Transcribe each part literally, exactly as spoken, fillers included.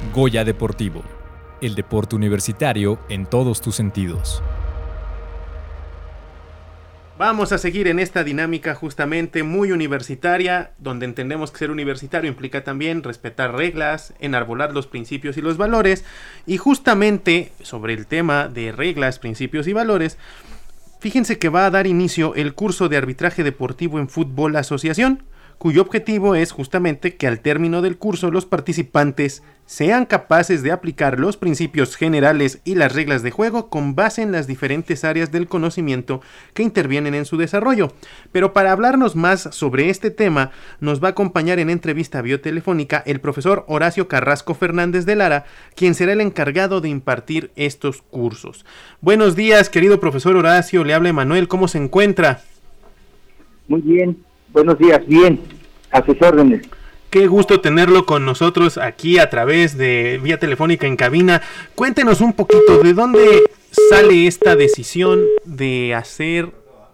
Goya Deportivo, el deporte universitario en todos tus sentidos. Vamos a seguir en esta dinámica justamente muy universitaria, donde entendemos que ser universitario implica también respetar reglas, enarbolar los principios y los valores, y justamente sobre el tema de reglas, principios y valores, fíjense que va a dar inicio el curso de arbitraje deportivo en fútbol asociación, cuyo objetivo es justamente que al término del curso los participantes sean capaces de aplicar los principios generales y las reglas de juego con base en las diferentes áreas del conocimiento que intervienen en su desarrollo. Pero para hablarnos más sobre este tema, nos va a acompañar en entrevista biotelefónica el profesor Horacio Carrasco Fernández de Lara, quien será el encargado de impartir estos cursos. Buenos días, querido profesor Horacio, le habla Emanuel, ¿cómo se encuentra? Muy bien. Buenos días, bien, a sus órdenes. Qué gusto tenerlo con nosotros aquí a través de vía telefónica en cabina. Cuéntenos un poquito de dónde sale esta decisión de hacer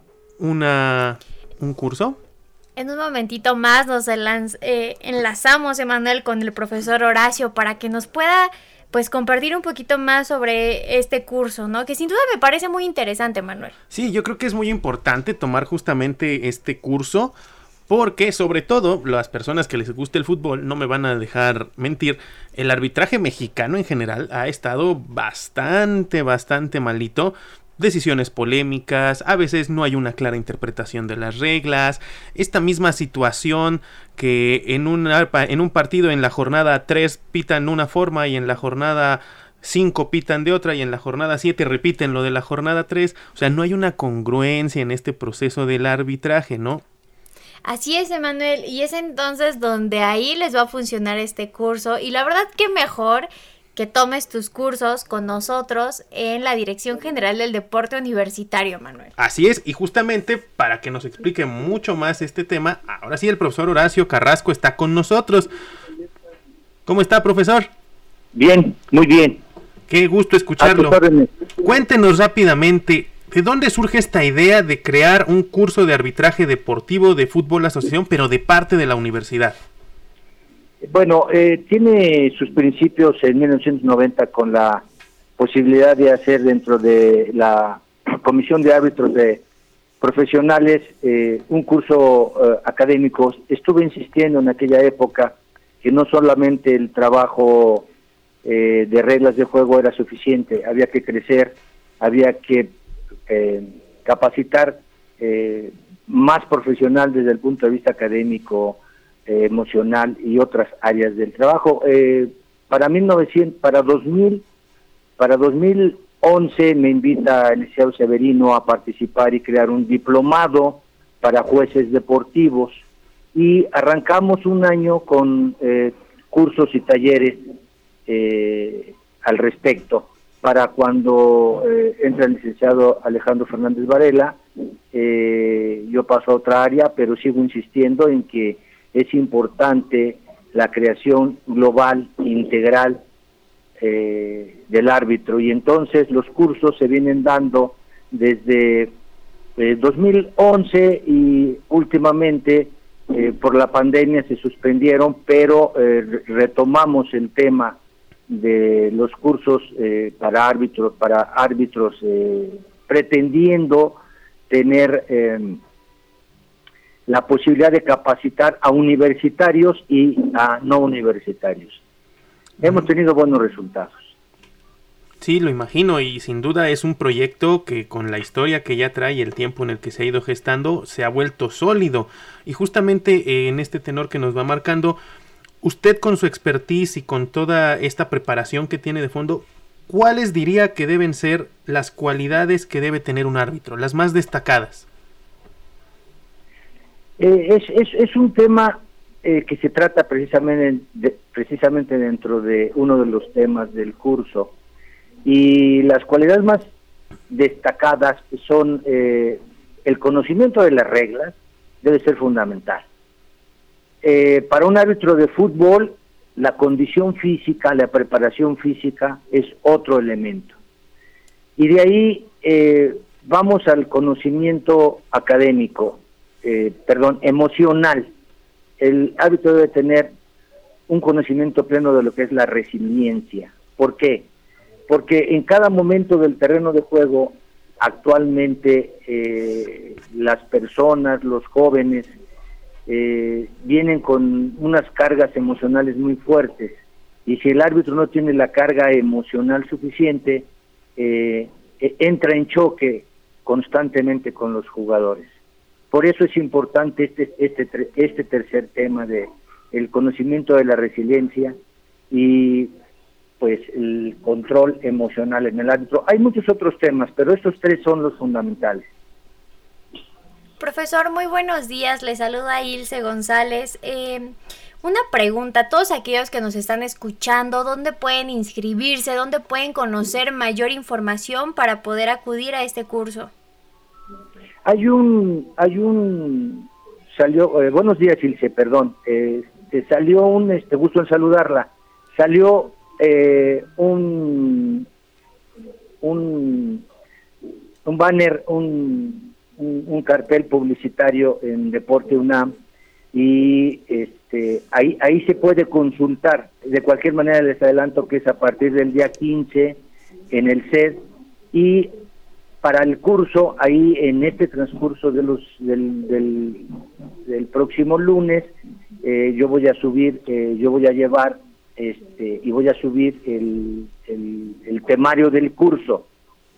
una un curso. En un momentito más nos enlaz- eh, enlazamos, Emanuel, con el profesor Horacio para que nos pueda pues compartir un poquito más sobre este curso, ¿no? Que sin duda me parece muy interesante, Manuel. Sí, yo creo que es muy importante tomar justamente este curso porque, sobre todo, las personas que les guste el fútbol no me van a dejar mentir, el arbitraje mexicano en general ha estado bastante, bastante malito. Decisiones polémicas, a veces no hay una clara interpretación de las reglas, esta misma situación que en un, en un partido en la jornada tres pitan una forma y en la jornada cinco pitan de otra y en la jornada siete repiten lo de la jornada tres, o sea, no hay una congruencia en este proceso del arbitraje, ¿no? Así es, Emanuel, y es entonces donde ahí les va a funcionar este curso, y la verdad que mejor que tomes tus cursos con nosotros en la Dirección General del Deporte Universitario, Manuel. Así es, y justamente para que nos explique mucho más este tema, ahora sí el profesor Horacio Carrasco está con nosotros. ¿Cómo está, profesor? Bien, muy bien. Qué gusto escucharlo. Cuéntenos rápidamente, ¿de dónde surge esta idea de crear un curso de arbitraje deportivo de fútbol asociación, pero de parte de la universidad? Bueno, eh, tiene sus principios en mil novecientos noventa con la posibilidad de hacer dentro de la Comisión de Árbitros de Profesionales eh, un curso eh, académico. Estuve insistiendo en aquella época que no solamente el trabajo eh, de reglas de juego era suficiente, había que crecer, había que eh, capacitar eh, más profesional desde el punto de vista académico, Eh, emocional y otras áreas del trabajo. Eh, para mil novecientos, para dos mil, para dos mil once me invita el licenciado Severino a participar y crear un diplomado para jueces deportivos y arrancamos un año con eh, cursos y talleres eh, al respecto. Para cuando eh, entra el licenciado Alejandro Fernández Varela, eh, yo paso a otra área, pero sigo insistiendo en que es importante la creación global, integral eh, del árbitro, y entonces los cursos se vienen dando desde eh, dos mil once y últimamente eh, por la pandemia se suspendieron, pero eh, retomamos el tema de los cursos eh, para árbitros, para árbitros eh, pretendiendo tener eh, la posibilidad de capacitar a universitarios y a no universitarios. Uh-huh. Hemos tenido buenos resultados. Sí, lo imagino, y sin duda es un proyecto que con la historia que ya trae, el tiempo en el que se ha ido gestando, se ha vuelto sólido. Y justamente eh, en este tenor que nos va marcando, usted con su expertise y con toda esta preparación que tiene de fondo, ¿cuáles diría que deben ser las cualidades que debe tener un árbitro, las más destacadas? Eh, es, es, es un tema eh, que se trata precisamente, de, precisamente dentro de uno de los temas del curso, y las cualidades más destacadas son eh, el conocimiento de las reglas, debe ser fundamental. Eh, para un árbitro de fútbol, la condición física, la preparación física es otro elemento. Y de ahí eh, vamos al conocimiento académico. Eh, perdón, emocional. El árbitro debe tener un conocimiento pleno de lo que es la resiliencia. ¿Por qué? Porque en cada momento del terreno de juego, actualmente eh, las personas, los jóvenes, eh, vienen con unas cargas emocionales muy fuertes, y si el árbitro no tiene la carga emocional suficiente, eh, entra en choque constantemente con los jugadores. Por eso es importante este este este tercer tema de el conocimiento de la resiliencia y pues el control emocional en el árbitro. Hay muchos otros temas, pero estos tres son los fundamentales. Profesor, muy buenos días, le saluda Ilse González. Eh, una pregunta a todos aquellos que nos están escuchando, ¿dónde pueden inscribirse? ¿Dónde pueden conocer mayor información para poder acudir a este curso? Hay un, hay un, salió, eh, buenos días Ilse, perdón, eh, salió un, este, gusto en saludarla, salió eh, un, un, un banner, un, un, un cartel publicitario en Deporte UNAM, y este ahí ahí se puede consultar. De cualquier manera les adelanto que es a partir del día quince en el C E D, y para el curso, ahí en este transcurso de los del, del, del próximo lunes, eh, yo voy a subir, eh, yo voy a llevar este y voy a subir el, el, el temario del curso.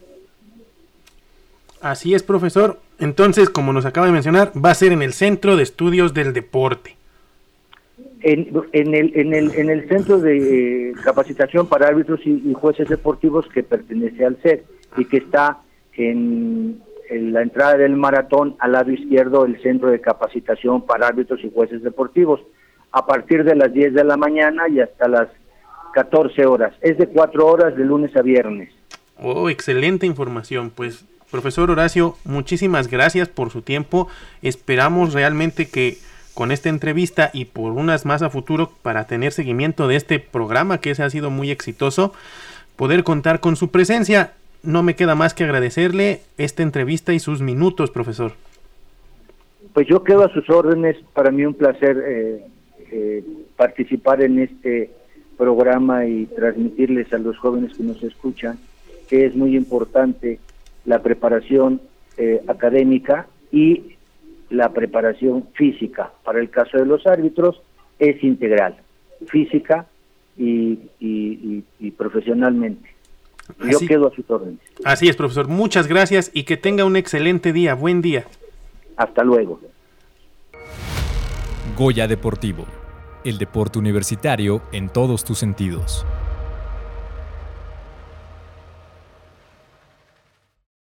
Así es, profesor. Entonces, como nos acaba de mencionar, va a ser en el Centro de Estudios del Deporte. En, en, el, en, el, en el Centro de eh, Capacitación para Árbitros y, y Jueces Deportivos, que pertenece al C E D y que está en, en la entrada del maratón, al lado izquierdo, el Centro de Capacitación para Árbitros y Jueces Deportivos, a partir de las diez de la mañana y hasta las catorce horas. Es de cuatro horas de lunes a viernes. Oh, excelente información. Pues, profesor Horacio, muchísimas gracias por su tiempo. Esperamos realmente que con esta entrevista y por unas más a futuro, para tener seguimiento de este programa que ha sido muy exitoso, poder contar con su presencia. No me queda más que agradecerle esta entrevista y sus minutos, profesor. Pues yo quedo a sus órdenes. Para mí un placer eh, eh, participar en este programa y transmitirles a los jóvenes que nos escuchan que es muy importante la preparación eh, académica y la preparación física. Para el caso de los árbitros es integral, física y, y, y, y profesionalmente. Yo Así, quedo a sus órdenes. Así es, profesor. Muchas gracias y que tenga un excelente día. Buen día. Hasta luego. Goya Deportivo, el deporte universitario en todos tus sentidos.